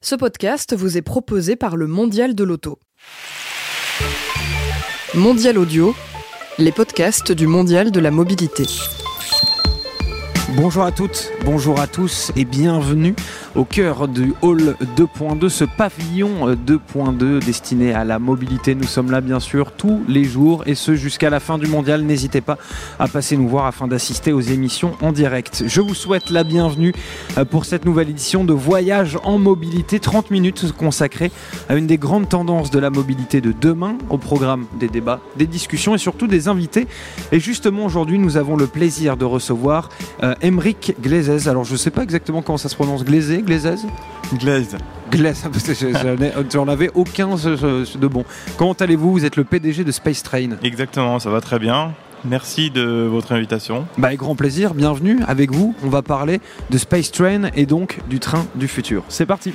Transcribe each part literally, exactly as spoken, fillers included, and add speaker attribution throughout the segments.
Speaker 1: Ce podcast vous est proposé par le Mondial de l'Auto. Mondial Audio, les podcasts du Mondial de la Mobilité.
Speaker 2: Bonjour à toutes, bonjour à tous et bienvenue au cœur du Hall deux point deux, ce pavillon deux point deux destiné à la mobilité. Nous sommes là bien sûr tous les jours et ce jusqu'à la fin du mondial. N'hésitez pas à passer nous voir afin d'assister aux émissions en direct. Je vous souhaite la bienvenue pour cette nouvelle édition de Voyage en mobilité, trente minutes consacrées à une des grandes tendances de la mobilité de demain, au programme des débats, des discussions et surtout des invités. Et justement aujourd'hui nous avons le plaisir de recevoir euh, Aymeric Glezès. Alors je ne sais pas exactement comment ça se prononce, Glezé, Glezès
Speaker 3: Glaise.
Speaker 2: Glaise, j'en avais aucun de bon. Comment allez-vous ? Vous êtes le P D G de Space Train.
Speaker 3: Exactement, ça va très bien. Merci de votre invitation.
Speaker 2: Bah, avec grand plaisir, bienvenue avec vous. On va parler de Space Train et donc du train du futur. C'est parti.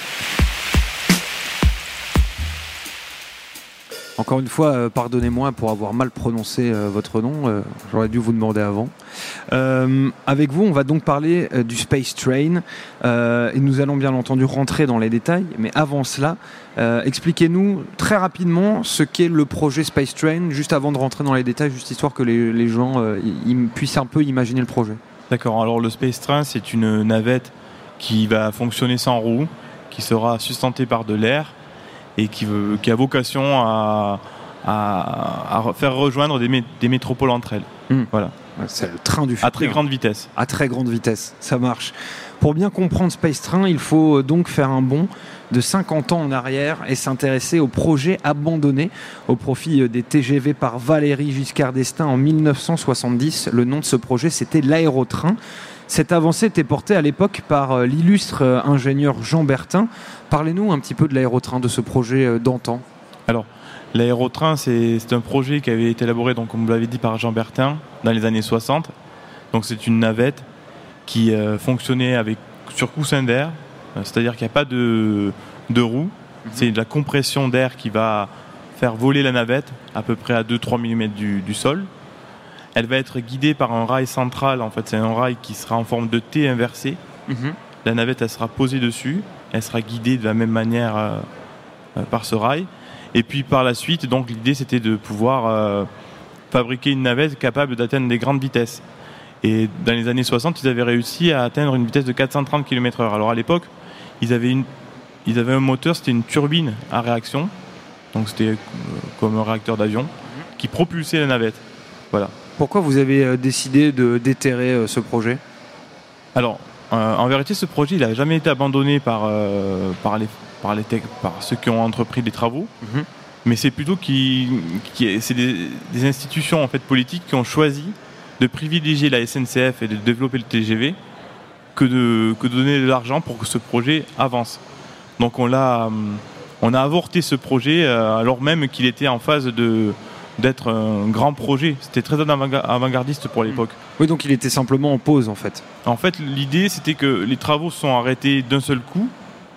Speaker 2: Encore une fois, euh, pardonnez-moi pour avoir mal prononcé euh, votre nom, euh, j'aurais dû vous demander avant. Euh, avec vous, on va donc parler euh, du Space Train euh, et nous allons bien entendu rentrer dans les détails, mais avant cela, euh, expliquez-nous très rapidement ce qu'est le projet Space Train, juste avant de rentrer dans les détails, juste histoire que les, les gens euh, y, y puissent un peu imaginer le projet.
Speaker 3: D'accord, alors le Space Train, c'est une navette qui va fonctionner sans roue, qui sera sustentée par de l'air, et qui, veut, qui a vocation à, à, à faire rejoindre des, mé, des métropoles entre elles. Mmh. Voilà.
Speaker 2: C'est le train du futur.
Speaker 3: À très grande vitesse.
Speaker 2: À très grande vitesse, ça marche. Pour bien comprendre Space Train, il faut donc faire un bond de cinquante ans en arrière et s'intéresser au projet abandonné au profit des T G V par Valéry Giscard d'Estaing en dix-neuf cent soixante-dix. Le nom de ce projet, c'était l'aérotrain. Cette avancée était portée à l'époque par l'illustre ingénieur Jean Bertin. Parlez-nous un petit peu de l'aérotrain, de ce projet d'antan.
Speaker 3: Alors, l'aérotrain, c'est, c'est un projet qui avait été élaboré, donc, comme vous l'avez dit, par Jean Bertin dans les années soixante. Donc, c'est une navette qui euh, fonctionnait avec, sur coussin d'air, euh, c'est-à-dire qu'il n'y a pas de, de roue. Mm-hmm. C'est de la compression d'air qui va faire voler la navette à peu près à deux à trois millimètres du, du sol. Elle va être guidée par un rail central. En fait, c'est un rail qui sera en forme de T inversé. Mmh. La navette, elle sera posée dessus. Elle sera guidée de la même manière euh, euh, par ce rail. Et puis, par la suite, donc, l'idée, c'était de pouvoir euh, fabriquer une navette capable d'atteindre des grandes vitesses. Et dans les années soixante, ils avaient réussi à atteindre une vitesse de quatre cent trente kilomètres heure. Alors, à l'époque, ils avaient, une, ils avaient un moteur, c'était une turbine à réaction. Donc, c'était euh, comme un réacteur d'avion, mmh. qui propulsait la navette. Voilà.
Speaker 2: Pourquoi vous avez décidé de déterrer ce projet ?
Speaker 3: Alors, euh, en vérité, ce projet, il n'a jamais été abandonné par, euh, par, les, par, les tech, par ceux qui ont entrepris des travaux, mmh. mais c'est plutôt qui, qui, c'est des, des institutions en fait, politiques qui ont choisi de privilégier la S N C F et de développer le T G V que de, que de donner de l'argent pour que ce projet avance. Donc, on, l'a, on a avorté ce projet euh, alors même qu'il était en phase de... d'être un grand projet. C'était très avant-gardiste pour l'époque.
Speaker 2: Oui, donc il était simplement en pause en fait.
Speaker 3: En fait, l'idée c'était que les travaux sont arrêtés d'un seul coup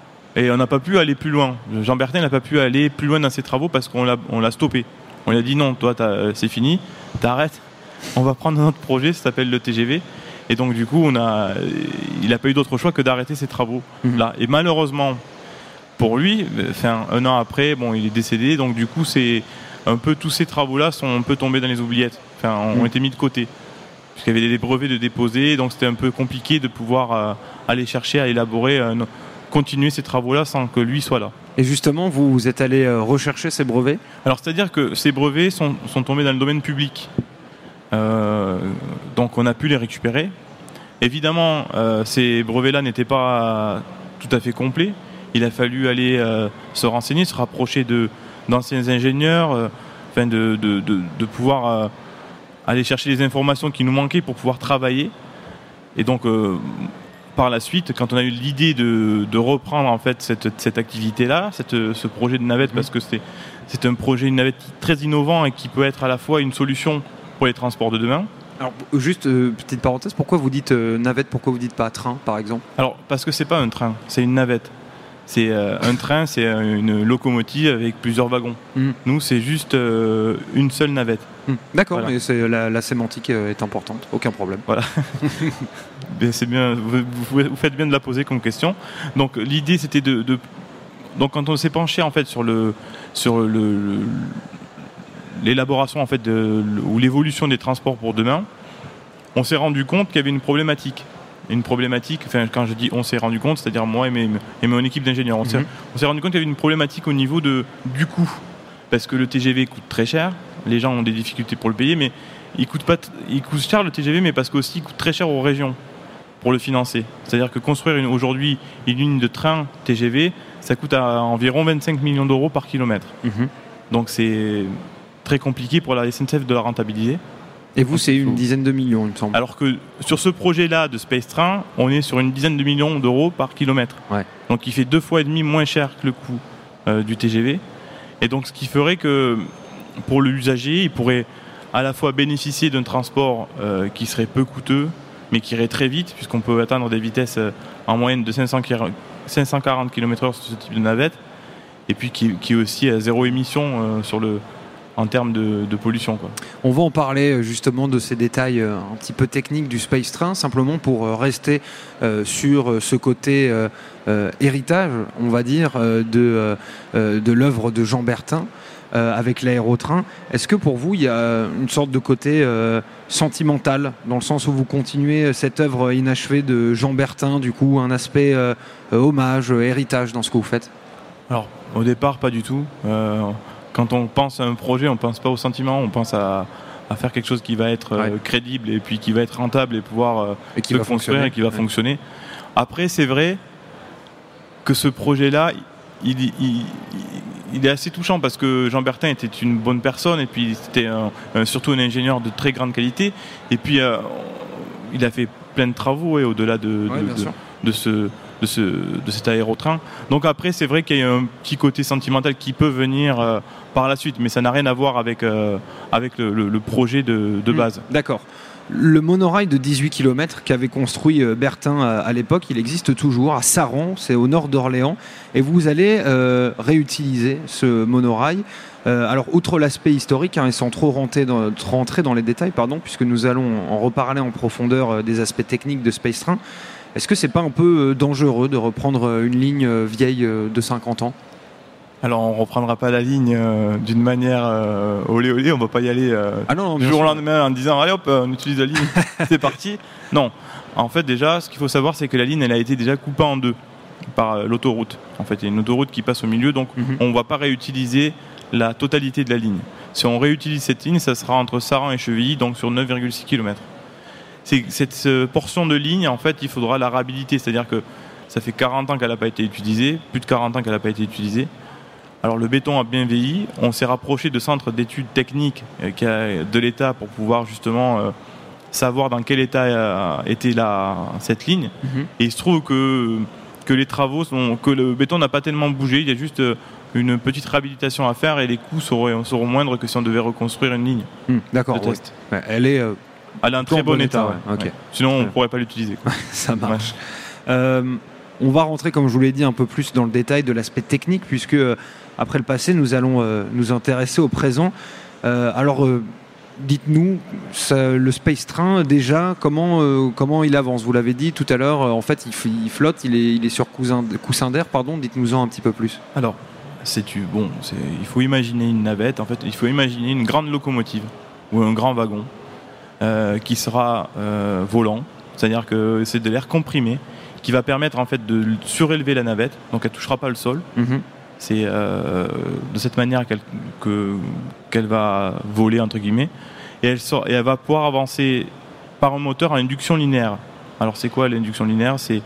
Speaker 3: et on n'a pas pu aller plus loin. Jean Bertin n'a pas pu aller plus loin dans ses travaux parce qu'on l'a, on l'a stoppé. On lui a dit non, toi c'est fini, t'arrêtes, on va prendre un autre projet, ça s'appelle le T G V. Et donc du coup, on a, il n'a pas eu d'autre choix que d'arrêter ses travaux mmh. là. Et malheureusement, pour lui, enfin, un an après, bon, il est décédé, donc du coup c'est un peu tous ces travaux-là sont un peu tombés dans les oubliettes, enfin, ont mmh. été mis de côté. Puisqu'il y avait des brevets de déposer, donc c'était un peu compliqué de pouvoir euh, aller chercher à élaborer, euh, continuer ces travaux-là sans que lui soit là.
Speaker 2: Et justement, vous, vous êtes allé euh, rechercher ces brevets ?
Speaker 3: Alors, c'est-à-dire que ces brevets sont, sont tombés dans le domaine public. Euh, donc, on a pu les récupérer. Évidemment, euh, ces brevets-là n'étaient pas tout à fait complets. Il a fallu aller euh, se renseigner, se rapprocher de d'anciens ingénieurs, euh, afin de, de, de, de pouvoir euh, aller chercher les informations qui nous manquaient pour pouvoir travailler. Et donc, euh, par la suite, quand on a eu l'idée de, de reprendre en fait cette, cette activité-là, cette, ce projet de navette, mmh. parce que c'est, c'est un projet, une navette très innovant et qui peut être à la fois une solution pour les transports de demain.
Speaker 2: Alors, juste euh, petite parenthèse, pourquoi vous dites euh, navette, pourquoi vous dites pas train, par exemple ?
Speaker 3: Alors, parce que c'est pas un train, c'est une navette. C'est euh, un train, c'est une locomotive avec plusieurs wagons. Mmh. Nous, c'est juste euh, une seule navette.
Speaker 2: Mmh. D'accord,
Speaker 3: Voilà.
Speaker 2: mais c'est, la, la sémantique est importante, aucun problème.
Speaker 3: Voilà. Mais c'est bien, vous, vous, vous faites bien de la poser comme question. Donc l'idée c'était de, de donc quand on s'est penché en fait sur le sur le, le l'élaboration en fait de, ou l'évolution des transports pour demain, on s'est rendu compte qu'il y avait une problématique. Une problématique, enfin quand je dis on s'est rendu compte, c'est-à-dire moi et, mes, et mon équipe d'ingénieurs, on, mm-hmm. s'est, on s'est rendu compte qu'il y avait une problématique au niveau de, du coût. Parce que le T G V coûte très cher, les gens ont des difficultés pour le payer, mais il coûte, pas t- il coûte cher le T G V, mais parce qu'aussi il coûte très cher aux régions pour le financer. C'est-à-dire que construire une, aujourd'hui une ligne de train T G V, ça coûte à environ vingt-cinq millions d'euros par kilomètre. Mm-hmm. Donc c'est très compliqué pour la S N C F de la rentabiliser.
Speaker 2: Et vous, c'est une dizaine de millions, il me semble.
Speaker 3: Alors que sur ce projet-là de Space Train, on est sur une dizaine de millions d'euros par kilomètre.
Speaker 2: Ouais.
Speaker 3: Donc il fait deux fois et demi moins cher que le coût euh, du T G V. Et donc ce qui ferait que pour l'usager, il pourrait à la fois bénéficier d'un transport euh, qui serait peu coûteux, mais qui irait très vite, puisqu'on peut atteindre des vitesses euh, en moyenne de cinq cent quarante kilomètres heure sur ce type de navette, et puis qui, qui est aussi à zéro émission euh, sur le... en termes de, de pollution, quoi.
Speaker 2: On va en parler justement de ces détails un petit peu techniques du Space Train, simplement pour rester euh, sur ce côté euh, euh, héritage, on va dire, euh, de, euh, de l'œuvre de Jean Bertin euh, avec l'aérotrain. Est-ce que pour vous, il y a une sorte de côté euh, sentimental, dans le sens où vous continuez cette œuvre inachevée de Jean Bertin, du coup, un aspect euh, hommage, héritage dans ce que vous faites ?
Speaker 3: Alors, au départ, pas du tout. Euh, Quand on pense à un projet, on ne pense pas au sentiment, on pense à, à faire quelque chose qui va être ouais. euh, crédible et puis qui va être rentable et pouvoir euh,
Speaker 2: et qui
Speaker 3: se
Speaker 2: va
Speaker 3: construire et qui va
Speaker 2: ouais.
Speaker 3: fonctionner. Après, c'est vrai que ce projet-là, il, il, il, il est assez touchant parce que Jean Bertin était une bonne personne et puis c'était un, un, surtout un ingénieur de très grande qualité. Et puis, euh, il a fait plein de travaux ouais, au-delà de,
Speaker 2: ouais,
Speaker 3: de, de, de ce... De, ce, de cet aérotrain. Donc après, c'est vrai qu'il y a un petit côté sentimental qui peut venir euh, par la suite, mais ça n'a rien à voir avec, euh, avec le, le, le projet de, de base.
Speaker 2: Mmh, d'accord. Le monorail de dix-huit kilomètres qu'avait construit Bertin à l'époque, il existe toujours à Saran, c'est au nord d'Orléans, et vous allez euh, réutiliser ce monorail. Euh, alors, outre l'aspect historique, hein, et sans trop rentrer dans, trop rentrer dans les détails, pardon, puisque nous allons en reparler en profondeur euh, des aspects techniques de Space Train, est-ce que c'est pas un peu dangereux de reprendre une ligne vieille de cinquante ans ?
Speaker 3: Alors on reprendra pas la ligne euh, d'une manière euh, olé olé, on va pas y aller euh,
Speaker 2: ah non, non,
Speaker 3: du jour au lendemain en disant allez hop on utilise la ligne, c'est parti. Non, en fait déjà ce qu'il faut savoir c'est que la ligne elle a été déjà coupée en deux par euh, l'autoroute. En fait il y a une autoroute qui passe au milieu donc mm-hmm. on va pas réutiliser la totalité de la ligne. Si on réutilise cette ligne ça sera entre Saran et Chevilly donc sur neuf virgule six kilomètres. C'est, cette euh, portion de ligne, en fait, il faudra la réhabiliter. C'est-à-dire que ça fait quarante ans qu'elle n'a pas été utilisée, plus de quarante ans qu'elle n'a pas été utilisée. Alors le béton a bien vieilli. On s'est rapproché de centres d'études techniques euh, de l'État pour pouvoir justement euh, savoir dans quel état euh, était la, cette ligne. Mm-hmm. Et il se trouve que, que les travaux, sont, que le béton n'a pas tellement bougé. Il y a juste euh, une petite réhabilitation à faire et les coûts seront, seront moindres que si on devait reconstruire une ligne.
Speaker 2: Mm, d'accord.
Speaker 3: De test.
Speaker 2: Ouais. Elle est... Euh...
Speaker 3: Elle est en très bon, bon état. état ouais.
Speaker 2: Okay.
Speaker 3: Ouais. Sinon, on ne pourrait pas l'utiliser. Quoi.
Speaker 2: Ça marche. Ouais. Euh, on va rentrer, comme je vous l'ai dit, un peu plus dans le détail de l'aspect technique, puisque euh, après le passé, nous allons euh, nous intéresser au présent. Euh, alors, euh, dites-nous, ça, le Space Train, déjà, comment, euh, comment il avance ? Vous l'avez dit tout à l'heure, euh, en fait, il, il flotte, il est, il est sur coussin, coussin d'air, pardon. Dites-nous-en un petit peu plus.
Speaker 3: Alors, c'est, bon, c'est, il faut imaginer une navette, en fait, il faut imaginer une grande locomotive ou un grand wagon. Euh, qui sera euh, volant, c'est-à-dire que c'est de l'air comprimé qui va permettre en fait de surélever la navette, donc elle ne touchera pas le sol. Mm-hmm. C'est euh, de cette manière qu'elle, que, qu'elle va voler entre guillemets, et elle, sort, et elle va pouvoir avancer par un moteur à induction linéaire. Alors c'est quoi l'induction linéaire ? C'est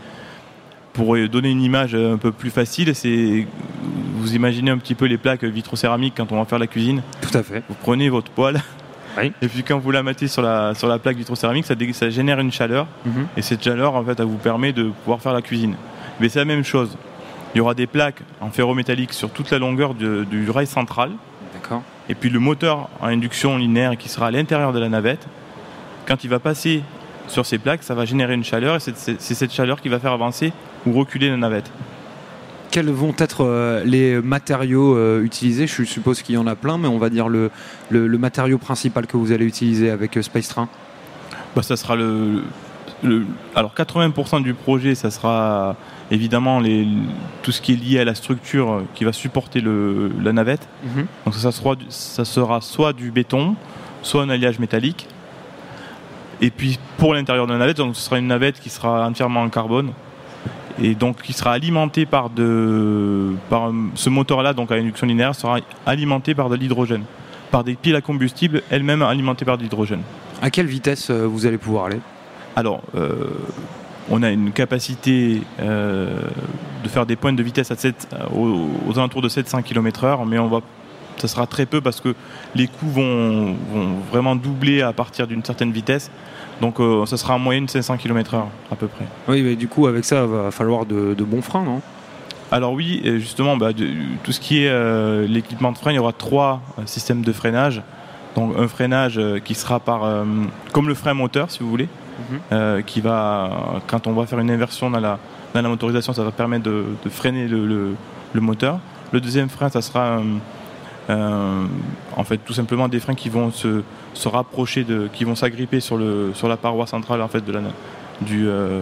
Speaker 3: pour donner une image un peu plus facile, c'est vous imaginez un petit peu les plaques vitrocéramiques quand on va faire la cuisine.
Speaker 2: Tout à fait.
Speaker 3: Vous prenez votre poêle.
Speaker 2: Oui.
Speaker 3: Et puis quand vous la mettez sur la, sur la plaque vitrocéramique, ça, dé, ça génère une chaleur. Mm-hmm. Et cette chaleur, en fait, elle vous permet de pouvoir faire la cuisine. Mais c'est la même chose. Il y aura des plaques en ferrométallique sur toute la longueur du, du rail central.
Speaker 2: D'accord.
Speaker 3: Et puis le moteur en induction linéaire qui sera à l'intérieur de la navette, quand il va passer sur ces plaques, ça va générer une chaleur. Et c'est, c'est, c'est cette chaleur qui va faire avancer ou reculer la navette.
Speaker 2: quels vont être euh, les matériaux euh, utilisés? Je suppose qu'il y en a plein, mais on va dire le, le, le matériau principal que vous allez utiliser avec euh, Space Train.
Speaker 3: Bah, ça sera le, le alors quatre-vingts pour cent du projet, ça sera évidemment les, tout ce qui est lié à la structure qui va supporter le, la navette. Mm-hmm. Donc ça sera, ça sera soit du béton, soit un alliage métallique. Et puis pour l'intérieur de la navette, donc ce sera une navette qui sera entièrement en carbone et donc qui sera alimentée par de par ce moteur-là, donc à induction linéaire, sera alimenté par de l'hydrogène, par des piles à combustible elles-mêmes alimentées par de l'hydrogène. À
Speaker 2: quelle vitesse euh, vous allez pouvoir aller?
Speaker 3: Alors, euh, on a une capacité euh, de faire des pointes de vitesse à sept, aux, aux alentours de sept cents kilomètres heure, mais on va, ça sera très peu parce que les coûts vont, vont vraiment doubler à partir d'une certaine vitesse. Donc, euh, ça sera en moyenne cinq cents kilomètres heure à peu près.
Speaker 2: Oui, mais du coup, avec ça, il va falloir de, de bons freins, non?
Speaker 3: Alors oui, justement, bah, de, tout ce qui est euh, l'équipement de frein, il y aura trois euh, systèmes de freinage. Donc un freinage qui sera par euh, comme le frein moteur, si vous voulez, mm-hmm. euh, qui va, quand on va faire une inversion dans la, dans la motorisation, ça va permettre de, de freiner le, le, le moteur. Le deuxième frein, ça sera euh, euh, en fait tout simplement des freins qui vont se, se rapprocher, de, qui vont s'agripper sur, le, sur la paroi centrale en fait de la, du, euh,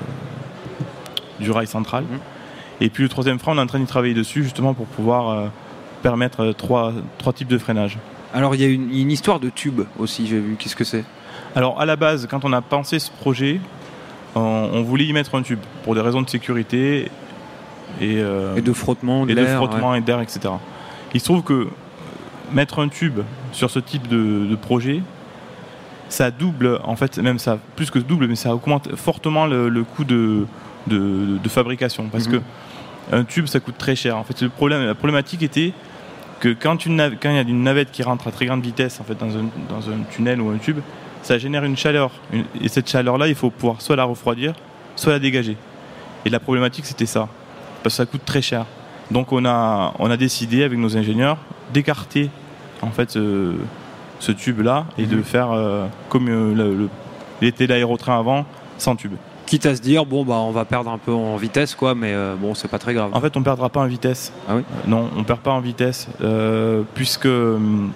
Speaker 3: du rail central. Mm-hmm. Et puis le troisième frein, on est en train d'y travailler dessus justement pour pouvoir euh, permettre trois, trois types de freinage.
Speaker 2: Alors il y a une, une histoire de tube aussi, j'ai vu. Qu'est-ce que c'est?
Speaker 3: Alors à la base, quand on a pensé ce projet, on, on voulait y mettre un tube pour des raisons de sécurité et, euh,
Speaker 2: et de frottement,
Speaker 3: et
Speaker 2: d'air,
Speaker 3: de frottement
Speaker 2: ouais.
Speaker 3: et d'air, et cetera. Il se trouve que mettre un tube sur ce type de, de projet, ça double, en fait, même ça, plus que double, mais ça augmente fortement le, le coût de, de, de fabrication, parce mm-hmm. que un tube, ça coûte très cher. En fait, le problème, la problématique était que quand, une nav- quand il y a une navette qui rentre à très grande vitesse en fait, dans, un, dans un tunnel ou un tube, ça génère une chaleur. Une, et cette chaleur-là, il faut pouvoir soit la refroidir, soit la dégager. Et la problématique, c'était ça. Parce que ça coûte très cher. Donc on a, on a décidé, avec nos ingénieurs, d'écarter en fait, ce, ce tube-là et mmh. de faire euh, comme euh, le, le, l'était l'aérotrain avant, sans tube.
Speaker 2: Quitte à se dire, bon, bah, on va perdre un peu en vitesse, quoi, mais euh, bon, c'est pas très grave.
Speaker 3: En fait, on ne perdra pas en vitesse.
Speaker 2: Ah oui ?
Speaker 3: euh, Non, on ne perd pas en vitesse, euh, puisque euh,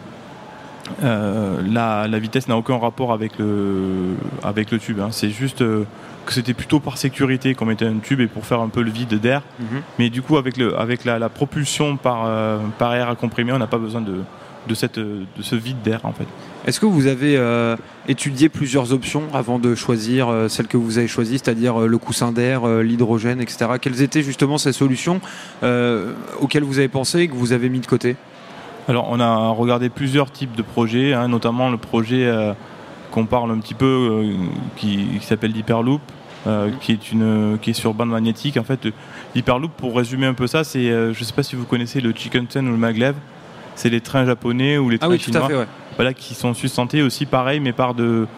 Speaker 3: la, la vitesse n'a aucun rapport avec le, avec le tube. Hein. C'est juste euh, que c'était plutôt par sécurité qu'on mettait un tube et pour faire un peu le vide d'air. Mm-hmm. Mais du coup, avec, le, avec la, la propulsion par, euh, par air à comprimer, on n'a pas besoin de, de, cette, de ce vide d'air, en fait.
Speaker 2: Est-ce que vous avez euh, étudié plusieurs options avant de choisir euh, celle que vous avez choisie, c'est-à-dire euh, le coussin d'air, euh, l'hydrogène, et cetera. Quelles étaient justement ces solutions euh, auxquelles vous avez pensé et que vous avez mis de côté ?
Speaker 3: Alors, on a regardé plusieurs types de projets, hein, notamment le projet euh, qu'on parle un petit peu, euh, qui, qui s'appelle l'Hyperloop, euh, mmh. qui est une, qui est sur bande magnétique. En fait, l'Hyperloop, pour résumer un peu ça, c'est, euh, je ne sais pas si vous connaissez le Shinkansen ou le Maglev. C'est les trains japonais ou les trains
Speaker 2: ah oui,
Speaker 3: chinois,
Speaker 2: tout à fait, ouais.
Speaker 3: Voilà, qui sont sustentés aussi pareil, mais par, de,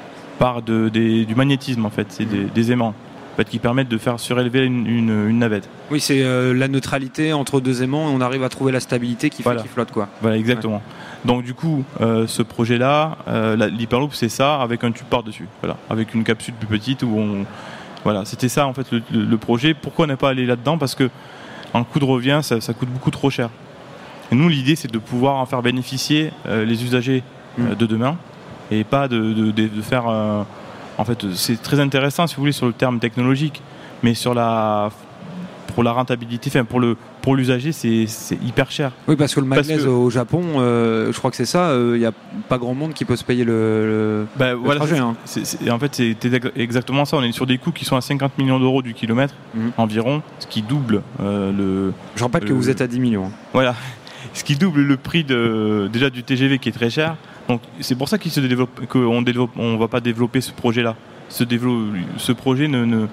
Speaker 3: par de, des, du magnétisme en fait, c'est des, des aimants en fait, qui permettent de faire surélever une, une, une navette.
Speaker 2: Oui, c'est euh, la neutralité entre deux aimants et on arrive à trouver la stabilité qui
Speaker 3: voilà.
Speaker 2: fait qu'il flotte, quoi.
Speaker 3: Voilà, exactement. Ouais. Donc du coup, euh, ce projet-là, euh, la, l'Hyperloop, c'est ça, avec un tube par-dessus, voilà, avec une capsule plus petite où on, voilà, c'était ça en fait le, le, le projet. Pourquoi on n'est pas allé là-dedans ? Parce que en coût de revient, ça, ça coûte beaucoup trop cher. Et nous, l'idée, c'est de pouvoir en faire bénéficier euh, les usagers euh, de demain et pas de, de, de, de faire... Euh, en fait, c'est très intéressant, si vous voulez, sur le terme technologique, mais sur la... pour la rentabilité, enfin, pour, le, pour l'usager, c'est, c'est hyper cher.
Speaker 2: Oui, parce que le magnésium que... au Japon, euh, je crois que c'est ça, il euh, n'y a pas grand monde qui peut se payer le, le,
Speaker 3: bah,
Speaker 2: le
Speaker 3: voilà,
Speaker 2: trajet.
Speaker 3: C'est,
Speaker 2: hein.
Speaker 3: c'est, c'est, en fait, c'est exactement ça. On est sur des coûts qui sont à cinquante millions d'euros du kilomètre mmh. environ, ce qui double euh, le...
Speaker 2: Je rappelle
Speaker 3: le,
Speaker 2: que vous êtes à dix millions.
Speaker 3: Voilà. Ce qui double le prix de, déjà du T G V qui est très cher. Donc c'est pour ça qu'il se développe, qu'on développe, on va pas développer ce projet-là. Ce, développe, ce projet ne, ne,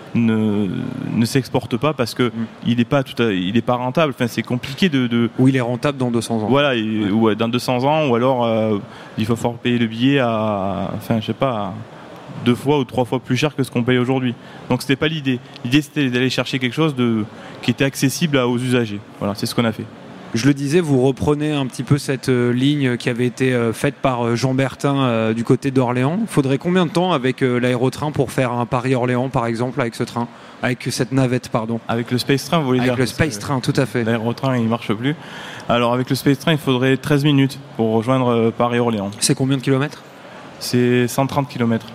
Speaker 3: ne, ne s'exporte pas parce que mm. il n'est pas tout à, il est pas rentable. Enfin, c'est compliqué de, de...
Speaker 2: Ou il est rentable dans deux cents ans.
Speaker 3: Voilà, et, ouais. ou dans deux cents ans, ou alors euh, il va falloir payer le billet à, enfin, je sais pas, à deux fois ou trois fois plus cher que ce qu'on paye aujourd'hui. Donc c'était pas l'idée. L'idée c'était d'aller chercher quelque chose de, qui était accessible aux usagers. Voilà, c'est ce qu'on a fait.
Speaker 2: Je le disais, vous reprenez un petit peu cette euh, ligne qui avait été euh, faite par euh, Jean Bertin euh, du côté d'Orléans. Il faudrait combien de temps avec euh, l'aérotrain pour faire un Paris-Orléans, par exemple, avec ce train, avec cette navette, pardon?
Speaker 3: Avec le Space Train, vous voulez
Speaker 2: avec
Speaker 3: dire?
Speaker 2: Avec le Space Train, tout à fait.
Speaker 3: L'aérotrain, il ne marche plus. Alors, avec le Space Train, il faudrait treize minutes pour rejoindre euh, Paris-Orléans.
Speaker 2: C'est combien de kilomètres?
Speaker 3: C'est cent trente kilomètres.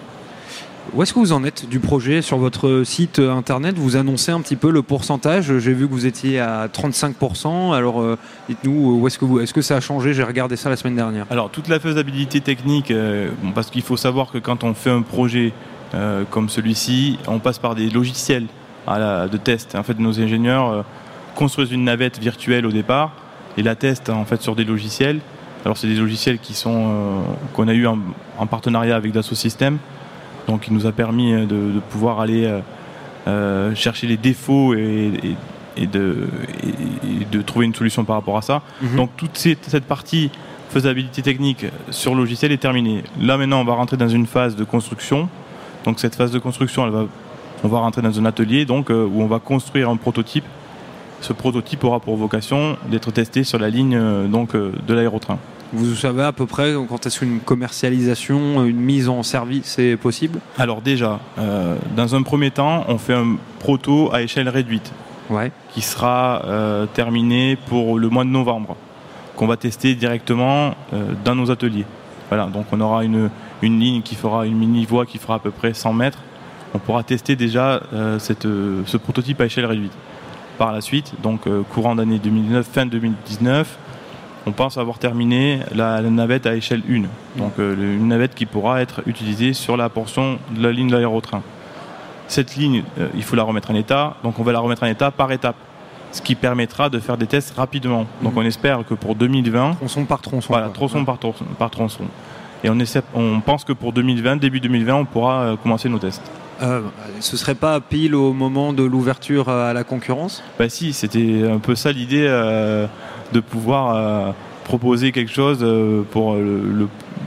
Speaker 2: Où est-ce que vous en êtes du projet? Sur votre site internet, vous annoncez un petit peu le pourcentage. J'ai vu que vous étiez à trente-cinq pour cent. Alors, euh, dites-nous, où est-ce que vous, est-ce que ça a changé? J'ai regardé ça la semaine dernière.
Speaker 3: Alors, toute la faisabilité technique, euh, bon, parce qu'il faut savoir que quand on fait un projet euh, comme celui-ci, on passe par des logiciels à la, de test. En fait, nos ingénieurs euh, construisent une navette virtuelle au départ et la testent en fait sur des logiciels. Alors, c'est des logiciels qui sont euh, qu'on a eu en, en partenariat avec Dassault Systèmes. Donc il nous a permis de, de pouvoir aller euh, euh, chercher les défauts et, et, et, de, et, et de trouver une solution par rapport à ça. Mmh. Donc toute cette, cette partie faisabilité technique sur logiciel est terminée. Là maintenant on va rentrer dans une phase de construction. Donc cette phase de construction, elle va, on va rentrer dans un atelier donc, euh, où on va construire un prototype. Ce prototype aura pour vocation d'être testé sur la ligne euh, donc, euh, de l'aérotrain.
Speaker 2: Vous savez à peu près quand est-ce qu'une commercialisation, une mise en service est possible?
Speaker 3: Alors déjà, euh, dans un premier temps, on fait un proto à échelle réduite
Speaker 2: ouais.
Speaker 3: qui sera euh, terminé pour le mois de novembre, qu'on va tester directement euh, dans nos ateliers. Voilà, donc on aura une, une ligne qui fera une mini-voie qui fera à peu près cent mètres. On pourra tester déjà euh, cette, euh, ce prototype à échelle réduite. Par la suite, donc euh, courant d'année deux mille dix-neuf, fin deux mille dix-neuf, on pense avoir terminé la, la navette à échelle un. Donc euh, une navette qui pourra être utilisée sur la portion de la ligne de l'aérotrain. Cette ligne, euh, il faut la remettre en état. Donc on va la remettre en état par étape. Ce qui permettra de faire des tests rapidement. Donc on espère que pour deux mille vingt...
Speaker 2: Tronçon par tronçon.
Speaker 3: Voilà, tronçon ouais. par, tronçon, par tronçon. Et on, essaie, on pense que pour deux mille vingt, début deux mille vingt, on pourra euh, commencer nos tests.
Speaker 2: Euh, ce serait pas pile au moment de l'ouverture à la concurrence?
Speaker 3: Bah si, c'était un peu ça l'idée euh, de pouvoir euh, proposer quelque chose euh, pour le, le,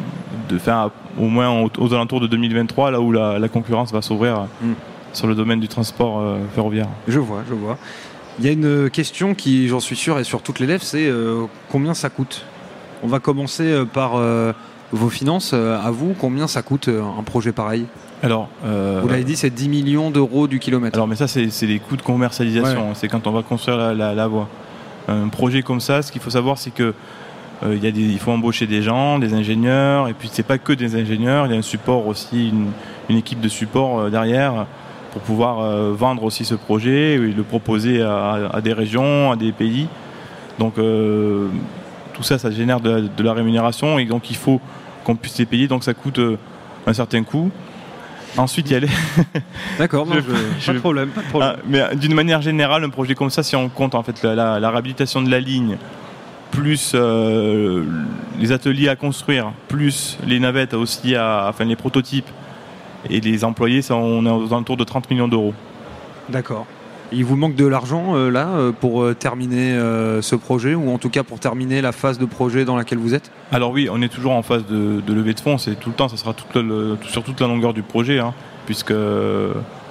Speaker 3: de faire au moins aux, aux alentours de deux mille vingt-trois, là où la, la concurrence va s'ouvrir mm. sur le domaine du transport euh, ferroviaire.
Speaker 2: Je vois, je vois. Il y a une question qui, j'en suis sûr, est sur toutes les lèvres, c'est euh, combien ça coûte? On va commencer par euh, vos finances. Euh, à vous, combien ça coûte euh, un projet pareil?
Speaker 3: Alors, euh,
Speaker 2: vous l'avez dit, c'est dix millions d'euros du kilomètre.
Speaker 3: Alors, mais ça, c'est, c'est les coûts de commercialisation. Ouais. C'est quand on va construire la, la, la voie. Un projet comme ça, ce qu'il faut savoir, c'est que euh, y a des, il faut embaucher des gens, des ingénieurs, et puis c'est pas que des ingénieurs. Il y a un support aussi, une, une équipe de support euh, derrière pour pouvoir euh, vendre aussi ce projet et le proposer à, à des régions, à des pays. Donc, euh, tout ça, ça génère de la, de la rémunération, et donc il faut qu'on puisse les payer. Donc, ça coûte euh, un certain coût. Ensuite, il y a les...
Speaker 2: D'accord, non, je, je, pas de problème. Pas de problème.
Speaker 3: Ah, mais d'une manière générale, un projet comme ça, si on compte en fait la, la, la réhabilitation de la ligne, plus euh, les ateliers à construire, plus les navettes aussi, à, enfin les prototypes et les employés, ça, on est aux alentours de trente millions d'euros.
Speaker 2: D'accord. Il vous manque de l'argent euh, là euh, pour euh, terminer euh, ce projet, ou en tout cas pour terminer la phase de projet dans laquelle vous êtes?
Speaker 3: Alors oui, on est toujours en phase de, de levée de fonds, c'est tout le temps, ça sera tout le, tout, sur toute la longueur du projet, hein, puisque euh,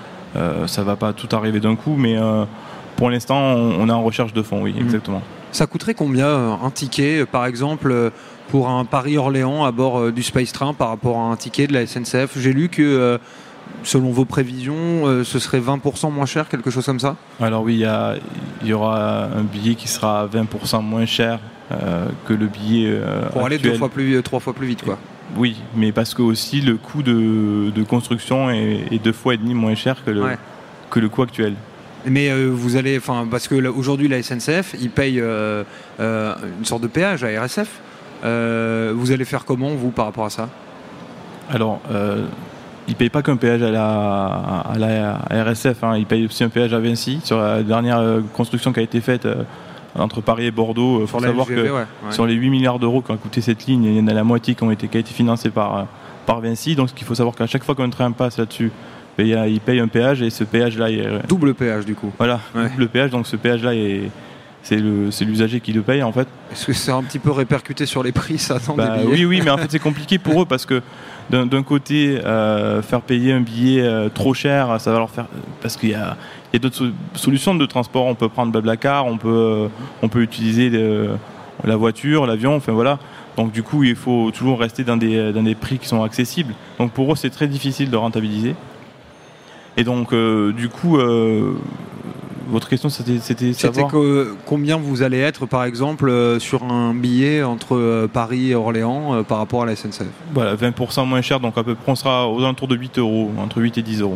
Speaker 3: ça ne va pas tout arriver d'un coup, mais euh, pour l'instant on, on est en recherche de fonds, oui, mmh. exactement.
Speaker 2: Ça coûterait combien euh, un ticket, par exemple, euh, pour un Paris-Orléans à bord euh, du Space Train par rapport à un ticket de la S N C F? J'ai lu que euh, selon vos prévisions, euh, ce serait vingt pour cent moins cher, quelque chose comme ça?
Speaker 3: Alors oui, il y, a, il y aura un billet qui sera vingt pour cent moins cher euh, que le billet euh,
Speaker 2: Pour
Speaker 3: actuel.
Speaker 2: aller deux fois plus, trois fois plus vite, quoi.
Speaker 3: Oui, mais parce que aussi le coût de, de construction est, est deux fois et demi moins cher que le, ouais. que le coût actuel.
Speaker 2: Mais euh, vous allez, enfin, parce que là, aujourd'hui la S N C F, ils payent euh, euh, une sorte de péage à R S F. Euh, vous allez faire comment, vous, par rapport à ça?
Speaker 3: Alors, euh, ils ne payent pas qu'un péage à la, à la à R S F, hein. Ils payent aussi un péage à Vinci sur la dernière construction qui a été faite euh, entre Paris et Bordeaux. Il faut savoir que ouais, ouais. sur les huit milliards d'euros qui ont coûté cette ligne, il y en a la moitié qui, ont été, qui a été financée par, par Vinci. Donc, il faut savoir qu'à chaque fois qu'un train passe là-dessus, il paye un péage, et ce péage-là est...
Speaker 2: Double péage, du coup.
Speaker 3: Voilà, ouais. double péage, donc ce péage-là est... C'est, le, c'est l'usager qui le paye, en fait.
Speaker 2: Est-ce que c'est un petit peu répercuté sur les prix, ça, dans
Speaker 3: bah,
Speaker 2: des billets?
Speaker 3: Oui, oui, mais en fait c'est compliqué pour eux, parce que d'un, d'un côté, euh, faire payer un billet euh, trop cher, ça va leur faire... Parce qu'il y a, Il y a d'autres so- solutions de transport. On peut prendre Blablacar, on peut, euh, on peut utiliser le, la voiture, l'avion, enfin voilà. Donc du coup, il faut toujours rester dans des, dans des prix qui sont accessibles. Donc pour eux, c'est très difficile de rentabiliser. Et donc, euh, du coup, euh, votre question, c'était, c'était savoir...
Speaker 2: C'était que, combien vous allez être, par exemple, euh, sur un billet entre euh, Paris et Orléans euh, par rapport à la S N C F.
Speaker 3: Voilà, vingt pour cent moins cher, donc à peu près, on sera aux alentours de huit euros, entre huit et dix euros.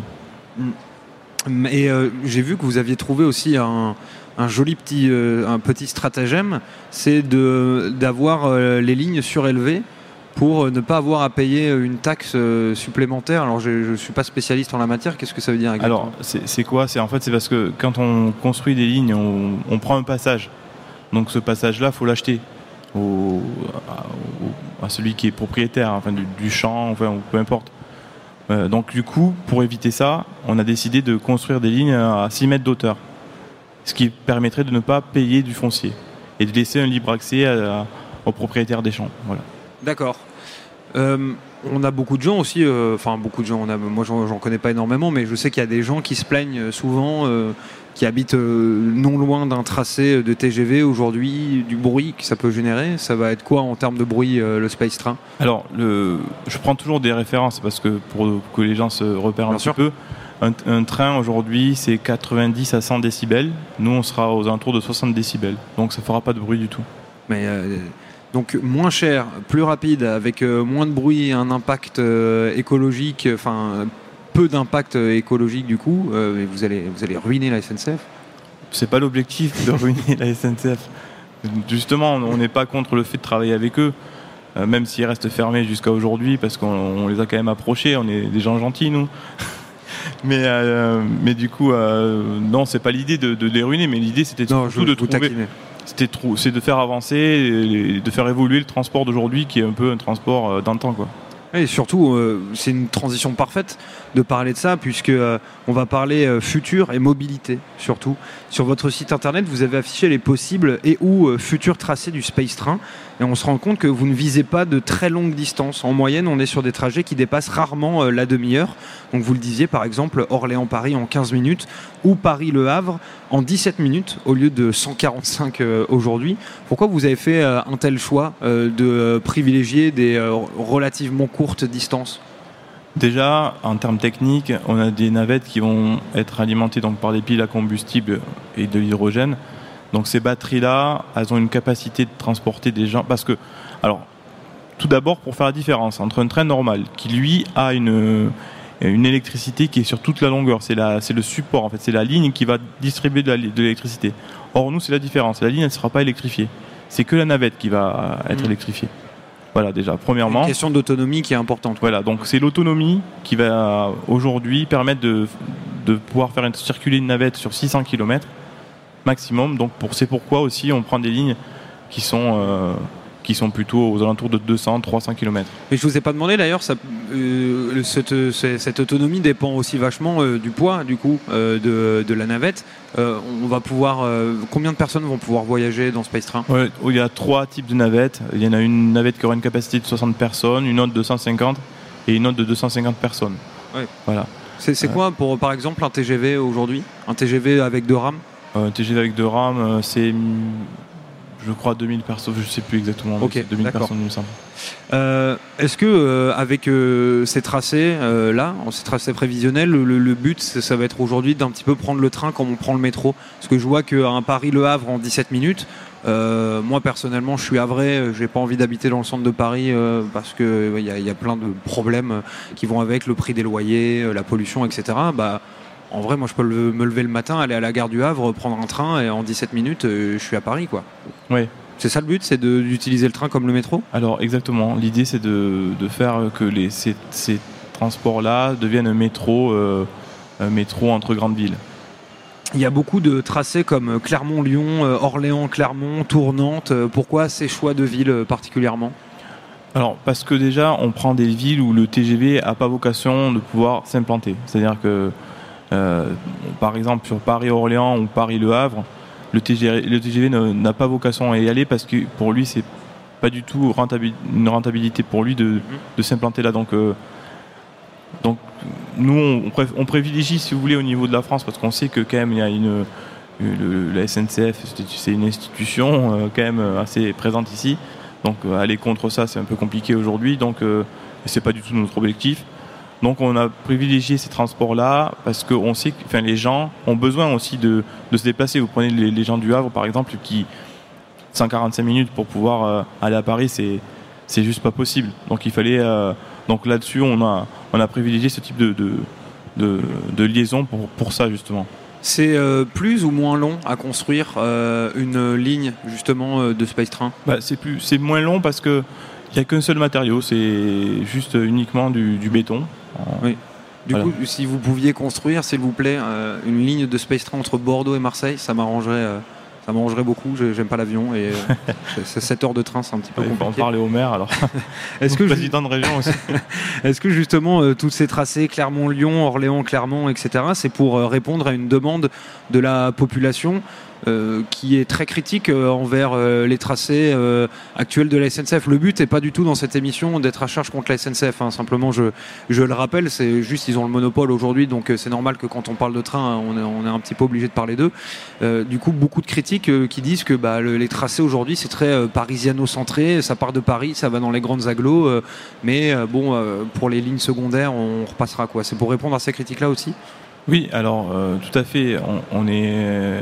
Speaker 2: Et euh, j'ai vu que vous aviez trouvé aussi un, un joli petit, euh, un petit stratagème, c'est de, d'avoir euh, les lignes surélevées pour ne pas avoir à payer une taxe euh, supplémentaire. Alors je ne suis pas spécialiste en la matière, qu'est-ce que ça veut dire exactement ?
Speaker 3: Alors c'est, c'est quoi ? C'est en fait c'est parce que quand on construit des lignes, on, on prend un passage. Donc ce passage-là, il faut l'acheter au, à, à celui qui est propriétaire, enfin du, du champ, enfin ou peu importe. Euh, donc du coup, pour éviter ça, on a décidé de construire des lignes à six mètres d'auteur, ce qui permettrait de ne pas payer du foncier et de laisser un libre accès à, à, aux propriétaires des champs. Voilà.
Speaker 2: D'accord. Euh, on a beaucoup de gens aussi, enfin euh, beaucoup de gens, on a, moi j'en, j'en connais pas énormément, mais je sais qu'il y a des gens qui se plaignent souvent, euh, qui habitent euh, non loin d'un tracé de T G V aujourd'hui, du bruit que ça peut générer. Ça va être quoi en termes de bruit, euh, le Space Train ?
Speaker 3: Alors, le, je prends toujours des références parce que pour que les gens se repèrent un
Speaker 2: Bien
Speaker 3: petit
Speaker 2: sûr.
Speaker 3: peu. Un, un train aujourd'hui, c'est quatre-vingt-dix à cent décibels. Nous, on sera aux alentours de soixante décibels. Donc, ça fera pas de bruit du tout.
Speaker 2: Mais euh, donc moins cher, plus rapide, avec euh, moins de bruit, un impact euh, écologique, enfin peu d'impact écologique du coup. Euh, et vous allez vous allez ruiner la S N C F.
Speaker 3: C'est pas l'objectif de ruiner la S N C F. Justement, on n'est pas contre le fait de travailler avec eux, euh, même s'ils restent fermés jusqu'à aujourd'hui, parce qu'on on les a quand même approchés. On est des gens gentils, nous. mais euh, mais du coup, euh, non, c'est pas l'idée de, de les ruiner, mais l'idée c'était
Speaker 2: Non,
Speaker 3: surtout
Speaker 2: je,
Speaker 3: de
Speaker 2: je vous
Speaker 3: trouver.
Speaker 2: taquinais.
Speaker 3: C'était trou- c'est de faire avancer, et de faire évoluer le transport d'aujourd'hui, qui est un peu un transport euh, d'antan, quoi.
Speaker 2: Et surtout, euh, c'est une transition parfaite de parler de ça, puisque euh, on va parler euh, futur et mobilité, surtout. Sur votre site internet, vous avez affiché les possibles et ou euh, futurs tracés du Space Train, et on se rend compte que vous ne visez pas de très longues distances. En moyenne, on est sur des trajets qui dépassent rarement euh, la demi-heure. Donc vous le disiez, par exemple, Orléans-Paris en quinze minutes, ou Paris-Le Havre en dix-sept minutes, au lieu de cent quarante-cinq euh, aujourd'hui. Pourquoi vous avez fait euh, un tel choix euh, de euh, privilégier des euh, relativement courtes distances ?
Speaker 3: Déjà, en termes techniques, on a des navettes qui vont être alimentées donc, par des piles à combustible et de l'hydrogène. Donc ces batteries-là, elles ont une capacité de transporter des gens. Parce que, alors, tout d'abord, pour faire la différence entre un train normal, qui lui a une, une électricité qui est sur toute la longueur, c'est, la, c'est le support, en fait, c'est la ligne qui va distribuer de, la, de l'électricité. Or, nous, c'est la différence. La ligne, elle ne sera pas électrifiée. C'est que la navette qui va être mmh. électrifiée. Voilà, déjà, premièrement.
Speaker 2: Une question d'autonomie qui est importante.
Speaker 3: Voilà, donc c'est l'autonomie qui va aujourd'hui permettre de, de pouvoir faire une, circuler une navette sur six cents kilomètres maximum. Donc pour, c'est pourquoi aussi on prend des lignes qui sont, euh, qui sont plutôt aux alentours de deux cents à trois cents kilomètres.
Speaker 2: Mais je ne vous ai pas demandé d'ailleurs, ça, euh, cette, cette autonomie dépend aussi vachement euh, du poids du coup euh, de, de la navette. Euh, on va pouvoir, euh, combien de personnes vont pouvoir voyager dans Space Train ?
Speaker 3: Ouais, il y a trois types de navettes. Il y en a une navette qui aura une capacité de soixante personnes, une autre de cent cinquante et une autre de deux cent cinquante personnes.
Speaker 2: Ouais.
Speaker 3: Voilà.
Speaker 2: C'est, c'est ouais. quoi pour par exemple un T G V aujourd'hui ? Un T G V avec deux rames ?
Speaker 3: Un T G V avec deux rames, c'est je crois deux mille personnes, je ne sais plus exactement.
Speaker 2: Okay,
Speaker 3: deux mille
Speaker 2: d'accord.
Speaker 3: personnes, il me semble.
Speaker 2: Euh, est-ce que euh, avec euh, ces tracés euh, là, ces tracés prévisionnels, le, le but ça va être aujourd'hui d'un petit peu prendre le train comme on prend le métro. Parce que je vois qu'un Paris-Le Havre en dix-sept minutes, euh, moi personnellement je suis havré, j'ai pas envie d'habiter dans le centre de Paris euh, parce que il y, y a plein de problèmes qui vont avec le prix des loyers, la pollution, et cetera. Bah en vrai, moi je peux le, me lever le matin, aller à la gare du Havre, prendre un train et en dix-sept minutes euh, je suis à Paris, quoi.
Speaker 3: Oui.
Speaker 2: C'est ça le but, c'est de, d'utiliser le train comme le métro ?
Speaker 3: Alors exactement, l'idée c'est de, de faire que les, ces, ces transports-là deviennent un métro, euh, un métro entre grandes villes.
Speaker 2: Il y a beaucoup de tracés comme Clermont-Lyon, Orléans-Clermont, Tours-Nantes. Pourquoi ces choix de villes particulièrement ?
Speaker 3: Alors parce que déjà on prend des villes où le T G V n'a pas vocation de pouvoir s'implanter. C'est-à-dire que euh, par exemple sur Paris-Orléans ou Paris-Le Havre, Le T G V, le T G V ne, n'a pas vocation à y aller parce que pour lui c'est pas du tout rentabil, une rentabilité pour lui de, de s'implanter là. Donc, euh, donc nous, on, préf- on privilégie, si vous voulez, au niveau de la France, parce qu'on sait que quand même, il y a une, le, la S N C F, c'est, c'est une institution euh, quand même assez présente ici. Donc euh, aller contre ça, c'est un peu compliqué aujourd'hui. Donc euh, c'est pas du tout notre objectif. Donc on a privilégié ces transports-là parce qu'on sait que enfin, les gens ont besoin aussi de, de se déplacer. Vous prenez les, les gens du Havre, par exemple, qui cent quarante-cinq minutes pour pouvoir euh, aller à Paris, c'est, c'est juste pas possible. Donc il fallait... Euh, donc là-dessus, on a, on a privilégié ce type de, de, de, de liaison pour, pour ça, justement.
Speaker 2: C'est euh, plus ou moins long à construire euh, une ligne, justement, euh, de Space Train ?
Speaker 3: Bah, c'est, plus, c'est moins long parce qu'il n'y a qu'un seul matériau, c'est juste uniquement du, du béton.
Speaker 2: Oui. Du
Speaker 3: voilà.
Speaker 2: coup, si vous pouviez construire, s'il vous plaît, euh, une ligne de Space Train entre Bordeaux et Marseille, ça m'arrangerait, euh, ça m'arrangerait beaucoup. Je, j'aime pas l'avion et euh, c'est sept heures de train, c'est un petit peu
Speaker 3: ouais,
Speaker 2: compliqué.
Speaker 3: On va en parler au maire alors.
Speaker 2: Est-ce que
Speaker 3: président de région aussi.
Speaker 2: Est-ce que justement euh, tous ces tracés Clermont-Lyon, Orléans-Clermont, et cetera, c'est pour euh, répondre à une demande de la population euh, qui est très critique euh, envers euh, les tracés euh, actuels de la S N C F. Le but n'est pas du tout dans cette émission d'être à charge contre la S N C F. Hein. Simplement, je, je le rappelle, c'est juste ils ont le monopole aujourd'hui, donc euh, c'est normal que quand on parle de train, on est, on est un petit peu obligé de parler d'eux. Euh, du coup, beaucoup de critiques euh, qui disent que bah, le, les tracés aujourd'hui, c'est très euh, parisiano-centré. Ça part de Paris, ça va dans les grandes agglos, euh, mais euh, bon, euh, pour les lignes secondaires, on repassera quoi. C'est pour répondre à ces critiques-là aussi ?
Speaker 3: Oui, alors euh, tout à fait. On, on est... Euh,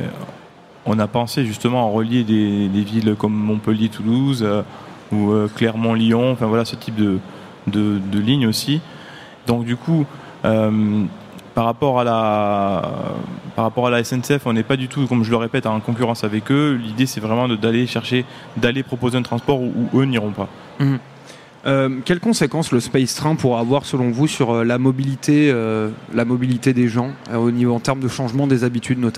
Speaker 3: On a pensé justement à relier des, des villes comme Montpellier, Toulouse euh, ou euh, Clermont, Lyon, enfin voilà ce type de, de, de ligne aussi. Donc du coup, euh, par rapport à la par rapport à la S N C F, on n'est pas du tout, comme je le répète, en concurrence avec eux. L'idée c'est vraiment de, d'aller chercher, d'aller proposer un transport où, où eux n'iront pas.
Speaker 2: Mmh. Euh, quelles conséquences le Space Train pourra avoir selon vous sur euh, la mobilité, euh, la mobilité des gens euh, au niveau en termes de changement des habitudes notamment ?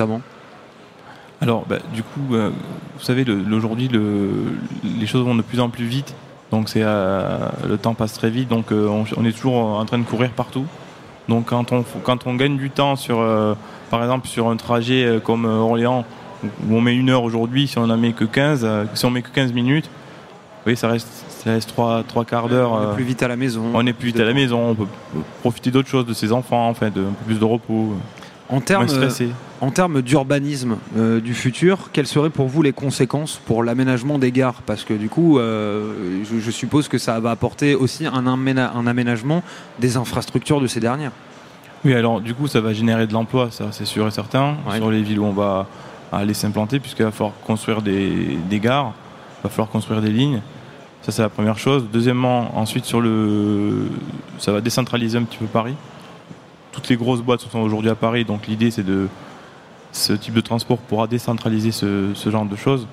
Speaker 3: Alors, bah, du coup, euh, vous savez, le, aujourd'hui, le, les choses vont de plus en plus vite. Donc, c'est, euh, le temps passe très vite. Donc, euh, on, on est toujours en train de courir partout. Donc, quand on, quand on gagne du temps sur, euh, par exemple, sur un trajet euh, comme Orléans, où on met une heure aujourd'hui, si on n'en met que quinze, euh, si on met que quinze minutes, vous voyez, ça reste, ça reste trois, trois quarts d'heure.
Speaker 2: On est
Speaker 3: euh,
Speaker 2: plus vite à la maison.
Speaker 3: On est plus vite à la maison. On peut profiter d'autres choses, de ses enfants, enfin, de, un peu plus de repos.
Speaker 2: En termes, en termes d'urbanisme euh, du futur, quelles seraient pour vous les conséquences pour l'aménagement des gares ? Parce que du coup, euh, je, je suppose que ça va apporter aussi un, aména- un aménagement des infrastructures de ces dernières.
Speaker 3: Oui, alors du coup, ça va générer de l'emploi, ça c'est sûr et certain,
Speaker 2: ouais.
Speaker 3: Sur les villes où on va aller s'implanter, puisqu'il va falloir construire des, des gares, il va falloir construire des lignes. Ça, c'est la première chose. Deuxièmement, ensuite, sur le, ça va décentraliser un petit peu Paris. Toutes les grosses boîtes sont aujourd'hui à Paris, donc l'idée c'est de ce type de transport pourra décentraliser ce, ce genre de choses.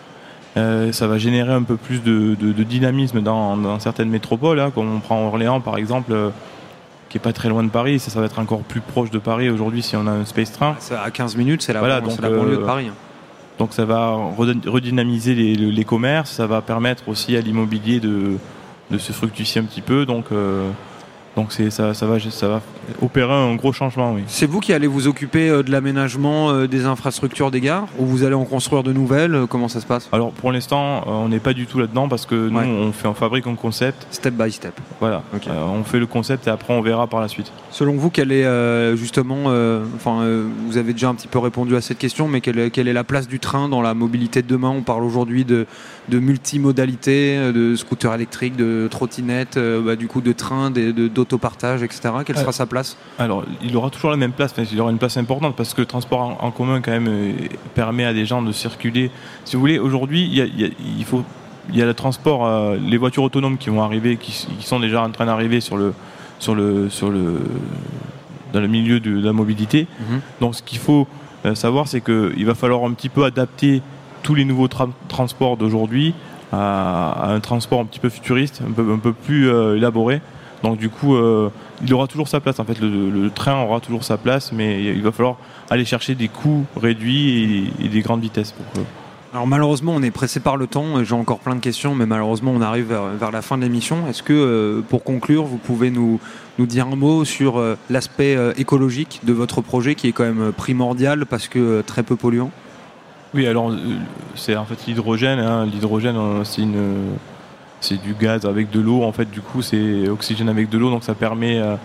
Speaker 3: Euh, ça va générer un peu plus de, de, de dynamisme dans, dans certaines métropoles, hein, comme on prend Orléans par exemple, euh, qui est pas très loin de Paris. Ça, ça va être encore plus proche de Paris aujourd'hui si on a un Space Train.
Speaker 2: C'est à quinze minutes, c'est la,
Speaker 3: voilà,
Speaker 2: bon,
Speaker 3: donc,
Speaker 2: c'est la banlieue
Speaker 3: euh,
Speaker 2: de Paris.
Speaker 3: Donc ça va redynamiser les, les commerces, ça va permettre aussi à l'immobilier de, de se fructifier un petit peu. Donc euh, Donc c'est, ça, ça, va, ça va opérer un gros changement, oui.
Speaker 2: C'est vous qui allez vous occuper euh, de l'aménagement euh, des infrastructures des gares ou vous allez en construire de nouvelles euh, Comment ça se passe ?
Speaker 3: Alors pour l'instant, euh, on n'est pas du tout là-dedans parce que nous,
Speaker 2: ouais.
Speaker 3: on, fait, on fabrique un concept.
Speaker 2: Step by step.
Speaker 3: Voilà, okay. euh, on fait le concept et après on verra par la suite.
Speaker 2: Selon vous, quelle est euh, justement, euh, enfin, euh, vous avez déjà un petit peu répondu à cette question, mais quelle, quelle est la place du train dans la mobilité de demain ? On parle aujourd'hui de, de multimodalité, de scooters électriques, de trottinettes, euh, bah, du coup de trains, de, de, d'autopartage, et cetera. Quelle sera euh, sa place ?
Speaker 3: Alors, il aura toujours la même place, mais il aura une place importante parce que le transport en, en commun, quand même, euh, permet à des gens de circuler. Si vous voulez, aujourd'hui, il y a, il y a, il faut, il y a le transport, euh, les voitures autonomes qui vont arriver, qui, qui sont déjà en train d'arriver sur le, sur le, sur le, dans le milieu de, de la mobilité. Mm-hmm. Donc, ce qu'il faut euh, savoir, c'est qu'il va falloir un petit peu adapter tous les nouveaux tra- transports d'aujourd'hui à, à un transport un petit peu futuriste, un peu, un peu plus euh, élaboré. Donc du coup, euh, il aura toujours sa place. En fait, le, le, le train aura toujours sa place, mais il va falloir aller chercher des coûts réduits et, et des grandes vitesses. Pour que...
Speaker 2: Alors malheureusement, on est pressé par le temps. J'ai encore plein de questions, mais malheureusement, on arrive vers, vers la fin de l'émission. Est-ce que, euh, pour conclure, vous pouvez nous, nous dire un mot sur euh, l'aspect euh, écologique de votre projet, qui est quand même primordial parce que euh, très peu polluant ?
Speaker 3: Oui, alors euh, c'est en fait l'hydrogène. Hein. L'hydrogène, euh, c'est une c'est du gaz avec de l'eau, en fait, du coup c'est oxygène avec de l'eau, donc ça permet euh,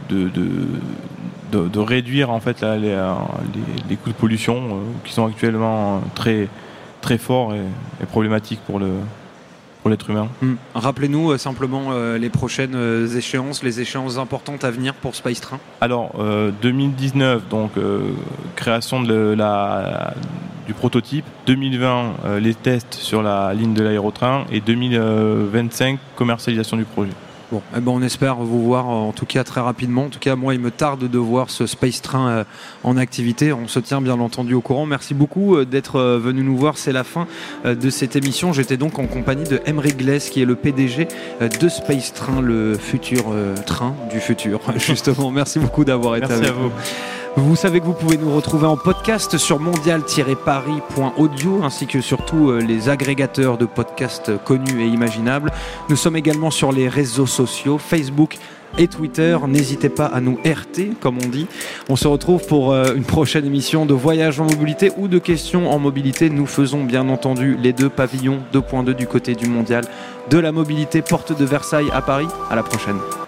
Speaker 3: de, de, de, de réduire en fait là, les, les, les coûts de pollution euh, qui sont actuellement très, très forts et, et problématiques pour le pour l'être humain.
Speaker 2: Hum. Rappelez-nous euh, simplement euh, les prochaines euh, échéances, les échéances importantes à venir pour Space Train.
Speaker 3: Alors euh, deux mille dix-neuf, donc euh, création de la, du prototype, deux mille vingt euh, les tests sur la ligne de l'aérotrain et deux mille vingt-cinq commercialisation du projet.
Speaker 2: Bon, eh ben on espère vous voir en tout cas très rapidement. En tout cas, moi, il me tarde de voir ce Space Train euh, en activité. On se tient bien entendu au courant. Merci beaucoup euh, d'être euh, venu nous voir. C'est la fin euh, de cette émission. J'étais donc en compagnie de Aymeric Glès, qui est le P D G euh, de Space Train, le futur euh, train du futur. Justement, merci beaucoup d'avoir été
Speaker 3: Merci
Speaker 2: avec
Speaker 3: à vous.
Speaker 2: nous. Vous savez que vous pouvez nous retrouver en podcast sur mondial tiret paris point audio ainsi que sur tous les agrégateurs de podcasts connus et imaginables. Nous sommes également sur les réseaux sociaux, Facebook et Twitter. N'hésitez pas à nous R T, comme on dit. On se retrouve pour une prochaine émission de Voyage en mobilité ou de questions en mobilité. Nous faisons bien entendu les deux pavillons deux point deux du côté du mondial de la mobilité, porte de Versailles à Paris. À la prochaine.